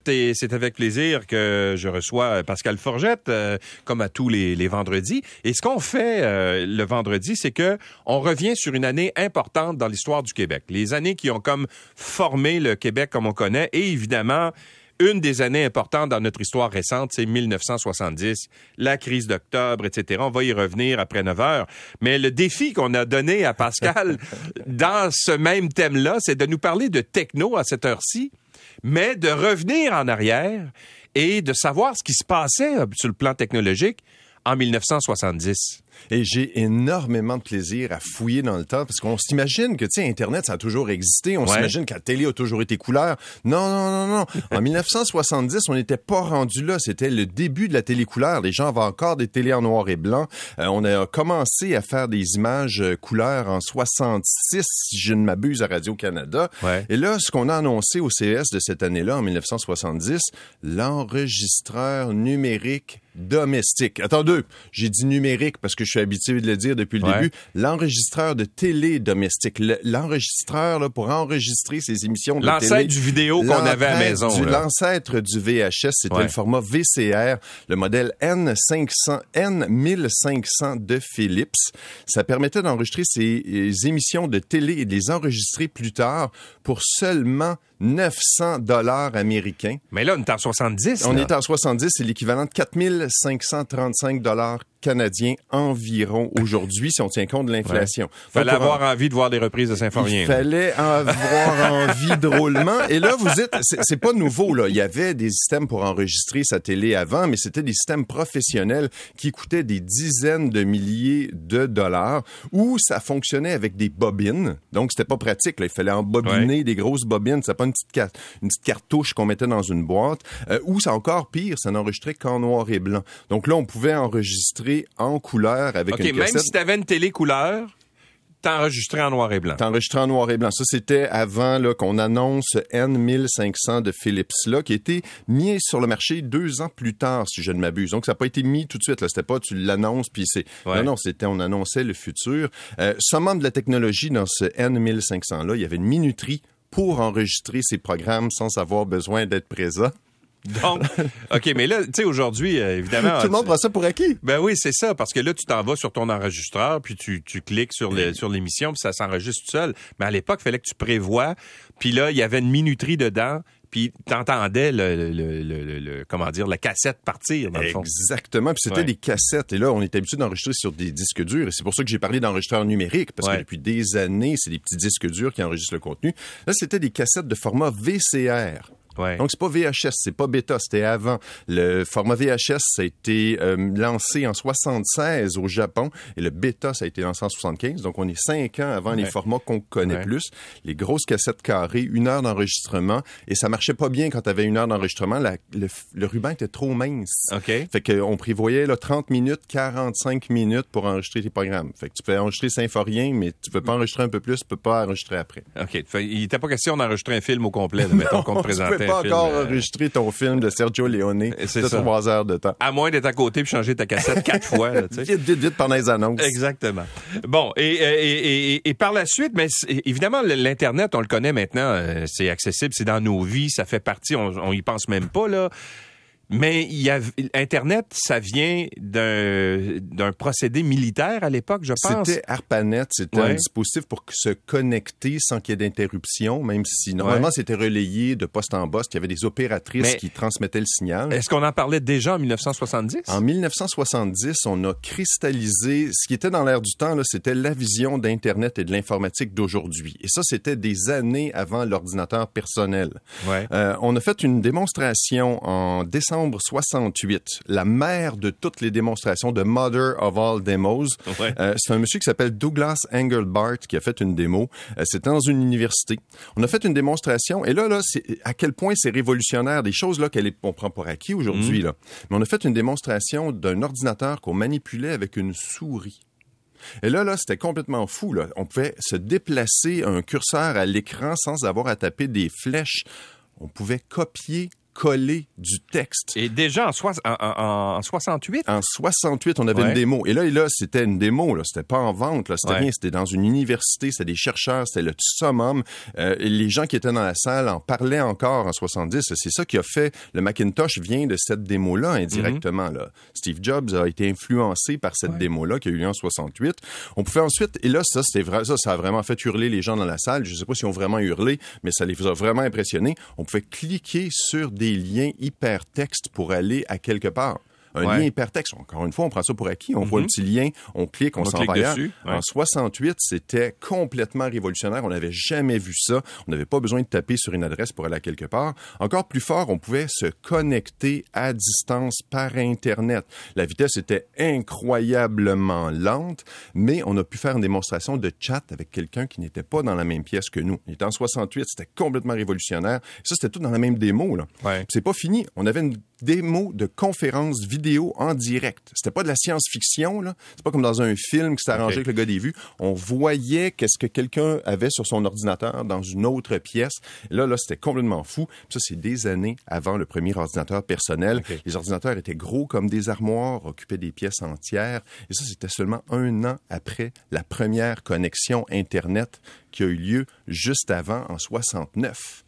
et c'est avec plaisir que je reçois Pascal Forgette, comme à tous les vendredis. Et ce qu'on fait le vendredi, c'est que on revient sur une année importante dans l'histoire du Québec. Les années qui ont comme formé le Québec comme on connaît, et évidemment, une des années importantes dans notre histoire récente, c'est 1970, la crise d'octobre, etc. On va y revenir après 9 heures. Mais le défi qu'on a donné à Pascal dans ce même thème-là, c'est de nous parler de techno à cette heure-ci, mais de revenir en arrière et de savoir ce qui se passait sur le plan technologique en 1970. Et j'ai énormément de plaisir à fouiller dans le temps parce qu'on s'imagine que, tu sais, Internet, ça a toujours existé. On s'imagine que la télé a toujours été couleur. Non. En 1970, on n'était pas rendu là. C'était le début de la télé couleur. Les gens avaient encore des télés en noir et blanc. On a commencé à faire des images couleur en 66, si je ne m'abuse, à Radio-Canada. Ouais. Et là, ce qu'on a annoncé au CES de cette année-là, en 1970, l'enregistreur numérique domestique. Attendez, j'ai dit numérique parce que je suis habitué de le dire depuis le début. L'enregistreur de télé domestique. L'enregistreur là, pour enregistrer ses émissions de télé. L'ancêtre du vidéo qu'on avait à la maison. L'ancêtre du VHS, c'était le format VCR, le modèle N500, N1500 de Philips. Ça permettait d'enregistrer ces émissions de télé et de les enregistrer plus tard pour seulement 900 $ américains. Mais là, on est en 70. On est en 70, c'est l'équivalent de 4535 $ canadiens environ aujourd'hui, si on tient compte de l'inflation. Il fallait avoir envie de voir des reprises de Symphorien. Il fallait avoir envie drôlement. Et là, vous dites, c'est pas nouveau, là. Il y avait des systèmes pour enregistrer sa télé avant, mais c'était des systèmes professionnels qui coûtaient des dizaines de milliers de dollars, où ça fonctionnait avec des bobines. Donc, c'était pas pratique, là. Il fallait embobiner des grosses bobines. C'était pas une petite cartouche qu'on mettait dans une boîte. Ou c'est encore pire, ça n'enregistrait qu'en noir et blanc. Donc là, on pouvait enregistrer en couleur avec une cassette. Même si tu avais une télé couleur, t'enregistrais en noir et blanc. T'enregistrais en noir et blanc. Ça, c'était avant là, qu'on annonce N1500 de Philips, là, qui a été mis sur le marché 2 ans plus tard, si je ne m'abuse. Donc, ça n'a pas été mis tout de suite. Là. C'était pas, tu l'annonces, puis c'est... Non, c'était, on annonçait le futur. Summum de la technologie dans ce N1500-là, il y avait une minuterie pour enregistrer ces programmes sans avoir besoin d'être présent. Donc, OK, mais là, tu sais, aujourd'hui, évidemment... Tout le monde prend ça pour acquis. Ben oui, c'est ça, parce que là, tu t'en vas sur ton enregistreur, puis tu cliques sur l'émission, puis ça s'enregistre tout seul. Mais à l'époque, il fallait que tu prévois, puis là, il y avait une minuterie dedans, puis t'entendais comment dire, la cassette partir, dans le fond. Exactement, puis c'était des cassettes. Et là, on est habitué d'enregistrer sur des disques durs. Et c'est pour ça que j'ai parlé d'enregistreur numérique, parce que depuis des années, c'est des petits disques durs qui enregistrent le contenu. Là, c'était des cassettes de format VCR. Ouais. Donc, c'est pas VHS, c'est pas bêta, c'était avant. Le format VHS, ça a été lancé en 76 au Japon et le bêta, ça a été lancé en 75. Donc, on est 5 ans avant les formats qu'on connaît plus. Les grosses cassettes carrées, 1 heure d'enregistrement et ça marchait pas bien quand t'avais 1 heure d'enregistrement. Le ruban était trop mince. Okay. Fait qu'on prévoyait là, 30 minutes, 45 minutes pour enregistrer tes programmes. Fait que tu peux enregistrer Symphorien, mais tu peux pas enregistrer un peu plus, tu peux pas enregistrer après. OK. Fait, il était pas question d'enregistrer un film au complet, mettons qu'on te présentait. Pas encore enregistrer ton film de Sergio Leone de 3 heures de temps. À moins d'être à côté puis changer ta cassette 4 fois. Là, vite pendant les annonces. Exactement. Bon, et par la suite, mais évidemment, l'Internet, on le connaît maintenant, c'est accessible, c'est dans nos vies, ça fait partie, on y pense même pas, là. Mais Internet, ça vient d'un procédé militaire à l'époque, je pense. C'était ARPANET, c'était un dispositif pour se connecter sans qu'il y ait d'interruption, même si normalement c'était relayé de poste en poste. Il y avait des opératrices qui transmettaient le signal. Est-ce qu'on en parlait déjà en 1970? En 1970, on a cristallisé ce qui était dans l'air du temps, là, c'était la vision d'Internet et de l'informatique d'aujourd'hui. Et ça, c'était des années avant l'ordinateur personnel. Ouais. On a fait une démonstration en décembre 68, la mère de toutes les démonstrations, de Mother of All Demos. Ouais. C'est un monsieur qui s'appelle Douglas Engelbart qui a fait une démo. C'était dans une université. On a fait une démonstration et là, c'est à quel point c'est révolutionnaire, des choses là qu'on prend pour acquis aujourd'hui. Là. Mais on a fait une démonstration d'un ordinateur qu'on manipulait avec une souris. Et là, c'était complètement fou. Là. On pouvait se déplacer un curseur à l'écran sans avoir à taper des flèches. On pouvait copier coller du texte. Et déjà en 68? En 68, on avait une démo. Et là, c'était une démo, là. C'était pas en vente, là. C'était rien. C'était dans une université, c'était des chercheurs, c'était le summum. Et les gens qui étaient dans la salle en parlaient encore en 70. C'est ça qui a fait... Le Macintosh vient de cette démo-là, indirectement, là. Steve Jobs a été influencé par cette démo-là qui a eu lieu en 68. On pouvait ensuite... Et là, ça, c'était vrai. Ça a vraiment fait hurler les gens dans la salle. Je sais pas si on vraiment hurlé, mais ça les a vraiment impressionnés. On pouvait cliquer sur des liens hypertextes pour aller à quelque part. Un lien hypertexte. Encore une fois, on prend ça pour acquis. On voit un petit lien, on clique, on s'en va ailleurs. En 68, c'était complètement révolutionnaire. On n'avait jamais vu ça. On n'avait pas besoin de taper sur une adresse pour aller à quelque part. Encore plus fort, on pouvait se connecter à distance par Internet. La vitesse était incroyablement lente, mais on a pu faire une démonstration de chat avec quelqu'un qui n'était pas dans la même pièce que nous. Il était en 68, c'était complètement révolutionnaire. Ça, c'était tout dans la même démo, là. C'est pas fini. On avait une démo de conférence vidéo en direct. C'était pas de la science-fiction, là. C'est pas comme dans un film qui s'est arrangé avec le gars des vues. On voyait qu'est-ce que quelqu'un avait sur son ordinateur dans une autre pièce. Là, c'était complètement fou. Puis ça, c'est des années avant le premier ordinateur personnel. Les ordinateurs étaient gros comme des armoires, occupaient des pièces entières. Et ça, c'était seulement 1 an après la première connexion Internet qui a eu lieu juste avant, en 69.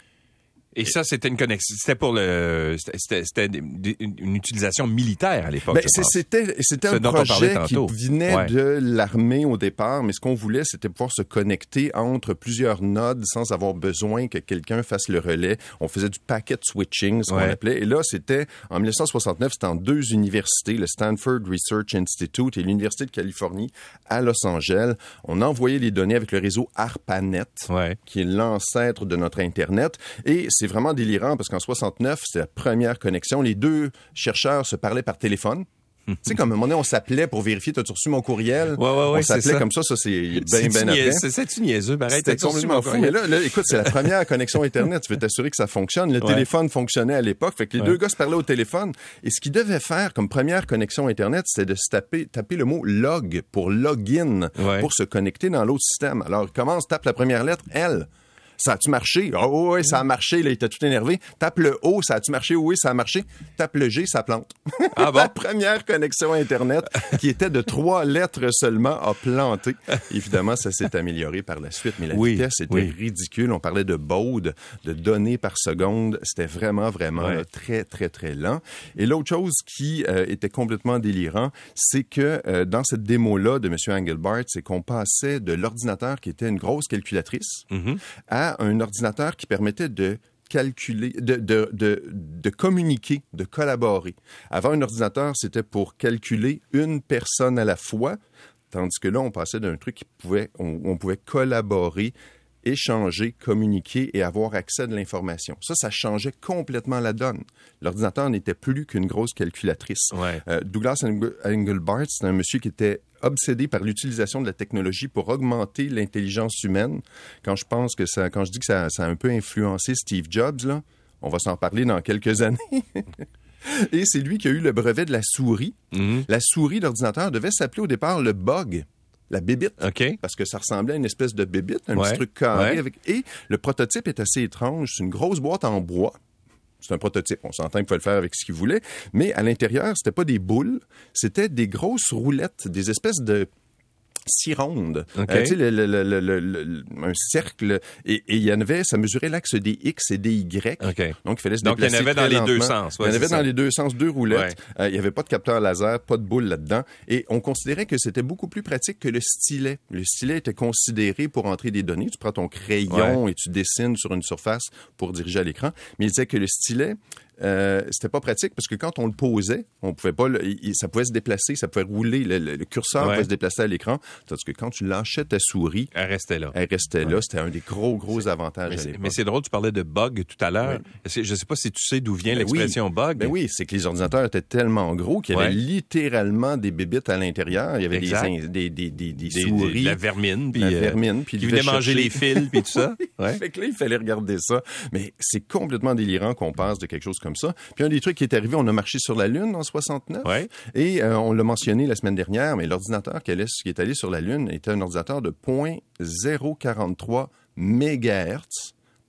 Et ça, c'était une connexion. C'était pour c'était une utilisation militaire à l'époque. C'était un projet qui venait de l'armée au départ, mais ce qu'on voulait, c'était pouvoir se connecter entre plusieurs nodes sans avoir besoin que quelqu'un fasse le relais. On faisait du packet switching, ce qu'on appelait. Et là, c'était en 1969, c'était en 2 universités, le Stanford Research Institute et l'Université de Californie à Los Angeles. On envoyait les données avec le réseau ARPANET, qui est l'ancêtre de notre Internet. Et c'est vraiment délirant parce qu'en 69, c'était la première connexion. Les 2 chercheurs se parlaient par téléphone. Tu sais, comme à un moment donné, on s'appelait pour vérifier, t'as-tu reçu mon courriel? On s'appelait comme ça c'est bien après. C'est niaiseux, pareil. C'était complètement fou. Mais là, écoute, c'est la première connexion Internet. Tu veux t'assurer que ça fonctionne. Le téléphone fonctionnait à l'époque. Fait que les 2 gars se parlaient au téléphone. Et ce qu'ils devaient faire comme première connexion Internet, c'était de se taper le mot log pour login pour se connecter dans l'autre système. Alors, commence, tape la première lettre, L. Ça a-tu marché? Oh oui, ça a marché. Là, il était tout énervé. Tape le O, ça a-tu marché? Oui, ça a marché. Tape le G, ça plante. Ah bon? La première connexion Internet, qui était de 3 lettres seulement, a planté. Évidemment, ça s'est amélioré par la suite, mais la vitesse était ridicule. On parlait de baud, de données par seconde. C'était vraiment là, très, très, très lent. Et l'autre chose qui était complètement délirant, c'est que dans cette démo-là de M. Engelbart, c'est qu'on passait de l'ordinateur qui était une grosse calculatrice à un ordinateur qui permettait de calculer, de communiquer, de collaborer. Avant, un ordinateur, c'était pour calculer une personne à la fois, tandis que là, on passait d'un truc on pouvait collaborer, échanger, communiquer et avoir accès à de l'information. Ça changeait complètement la donne. L'ordinateur n'était plus qu'une grosse calculatrice. Douglas Engelbart, c'est un monsieur qui était obsédé par l'utilisation de la technologie pour augmenter l'intelligence humaine. Quand je dis que ça a un peu influencé Steve Jobs, là, on va s'en parler dans quelques années. Et c'est lui qui a eu le brevet de la souris. La souris d'ordinateur devait s'appeler au départ le bug. La bébite, parce que ça ressemblait à une espèce de bébite, un petit truc carré. Et le prototype est assez étrange. C'est une grosse boîte en bois. C'est un prototype. On s'entend qu'il faut le faire avec ce qu'il voulait. Mais à l'intérieur, c'était pas des boules. C'était des grosses roulettes, des espèces de scie ronde. Tu sais, un cercle. Et il y en avait, ça mesurait l'axe des X et des Y. Donc, il fallait se déplacer. Donc, il y en avait dans les 2 sens. Il y en avait dans les 2 sens, 2 roulettes. Il n'y avait pas de capteur laser, pas de boule là-dedans. Et on considérait que c'était beaucoup plus pratique que le stylet. Le stylet était considéré pour entrer des données. Tu prends ton crayon et tu dessines sur une surface pour diriger à l'écran. Mais il disait que le stylet, c'était pas pratique parce que quand on le posait, on pouvait pas, ça pouvait se déplacer, ça pouvait rouler, le curseur pouvait se déplacer à l'écran. Tandis que quand tu lâchais ta souris, elle restait là. C'était un des gros avantages à l'époque. Mais c'est drôle, tu parlais de bug tout à l'heure. Je sais pas si tu sais d'où vient l'expression bug. Ben oui, c'est que les ordinateurs étaient tellement gros qu'il y avait littéralement des bébites à l'intérieur. Il y avait des souris. La vermine. Puis qui venait manger les fils puis tout ça. Fait que là, il fallait regarder ça. Mais c'est complètement délirant qu'on passe de quelque chose comme ça. Puis un des trucs qui est arrivé, on a marché sur la Lune en 69. Et on l'a mentionné la semaine dernière, mais l'ordinateur qui est allé sur la Lune était un ordinateur de 0.043 MHz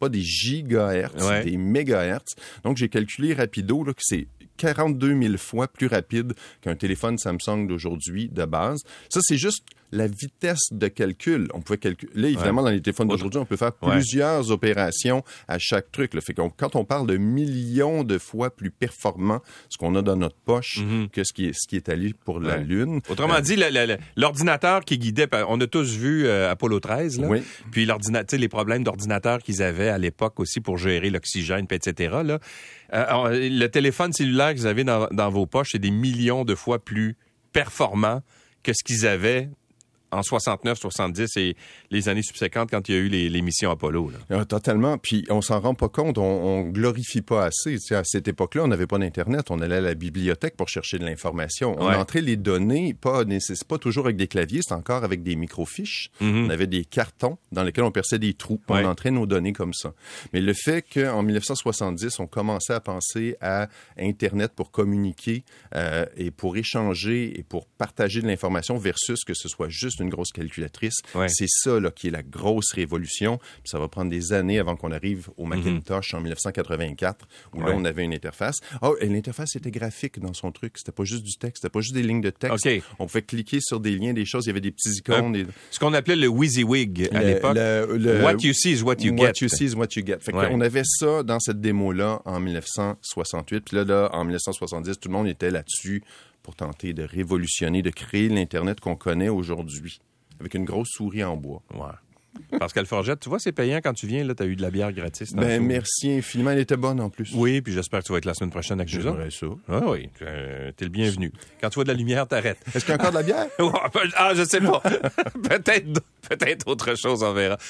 pas des gigahertz, des mégahertz. Donc, j'ai calculé rapido là, que c'est 42 000 fois plus rapide qu'un téléphone Samsung d'aujourd'hui de base. Ça, c'est juste la vitesse de calcul. On pouvait calculer. Là, évidemment, dans les téléphones d'aujourd'hui, on peut faire plusieurs opérations à chaque truc. Là. Fait que quand on parle de millions de fois plus performant, ce qu'on a dans notre poche que ce qui est allé pour la Lune. Autrement dit, l'ordinateur qui guidait, on a tous vu Apollo 13, là. Oui. Puis les problèmes d'ordinateur qu'ils avaient à l'époque aussi pour gérer l'oxygène, etc. Là. Le téléphone cellulaire que vous avez dans vos poches, c'est des millions de fois plus performant que ce qu'ils avaient en 69, 70 et les années subséquentes quand il y a eu les missions Apollo. Là. Totalement. Puis on s'en rend pas compte, on glorifie pas assez. T'sais, à cette époque-là, on n'avait pas d'Internet. On allait à la bibliothèque pour chercher de l'information. On entrait les données, c'est pas toujours avec des claviers, c'est encore avec des microfiches. On avait des cartons dans lesquels on perçait des trous. On entrait nos données comme ça. Mais le fait qu'en 1970, on commençait à penser à Internet pour communiquer et pour échanger et pour partager de l'information versus que ce soit juste une grosse calculatrice. C'est ça là, qui est la grosse révolution. Puis ça va prendre des années avant qu'on arrive au Macintosh en 1984, où là, on avait une interface. Et l'interface était graphique dans son truc. C'était pas juste du texte, c'était pas juste des lignes de texte. On pouvait cliquer sur des liens, des choses. Il y avait des petits icônes. Ce qu'on appelait le WYSIWYG à l'époque. What you see is what you get. What you see is what you get. Fait qu'on avait ça dans cette démo-là en 1968. Puis là, en 1970, tout le monde était là-dessus pour tenter de révolutionner, de créer l'Internet qu'on connaît aujourd'hui, avec une grosse souris en bois. Pascal Forget, tu vois, c'est payant quand tu viens, là, tu as eu de la bière gratis. Merci infiniment, elle était bonne en plus. Oui, puis j'espère que tu vas être la semaine prochaine avec nous. J'aimerais ça. Ah oui, t'es le bienvenu. Quand tu vois de la lumière, t'arrêtes. Est-ce qu'il y a encore de la bière? Je sais pas. Peut-être autre chose, on verra.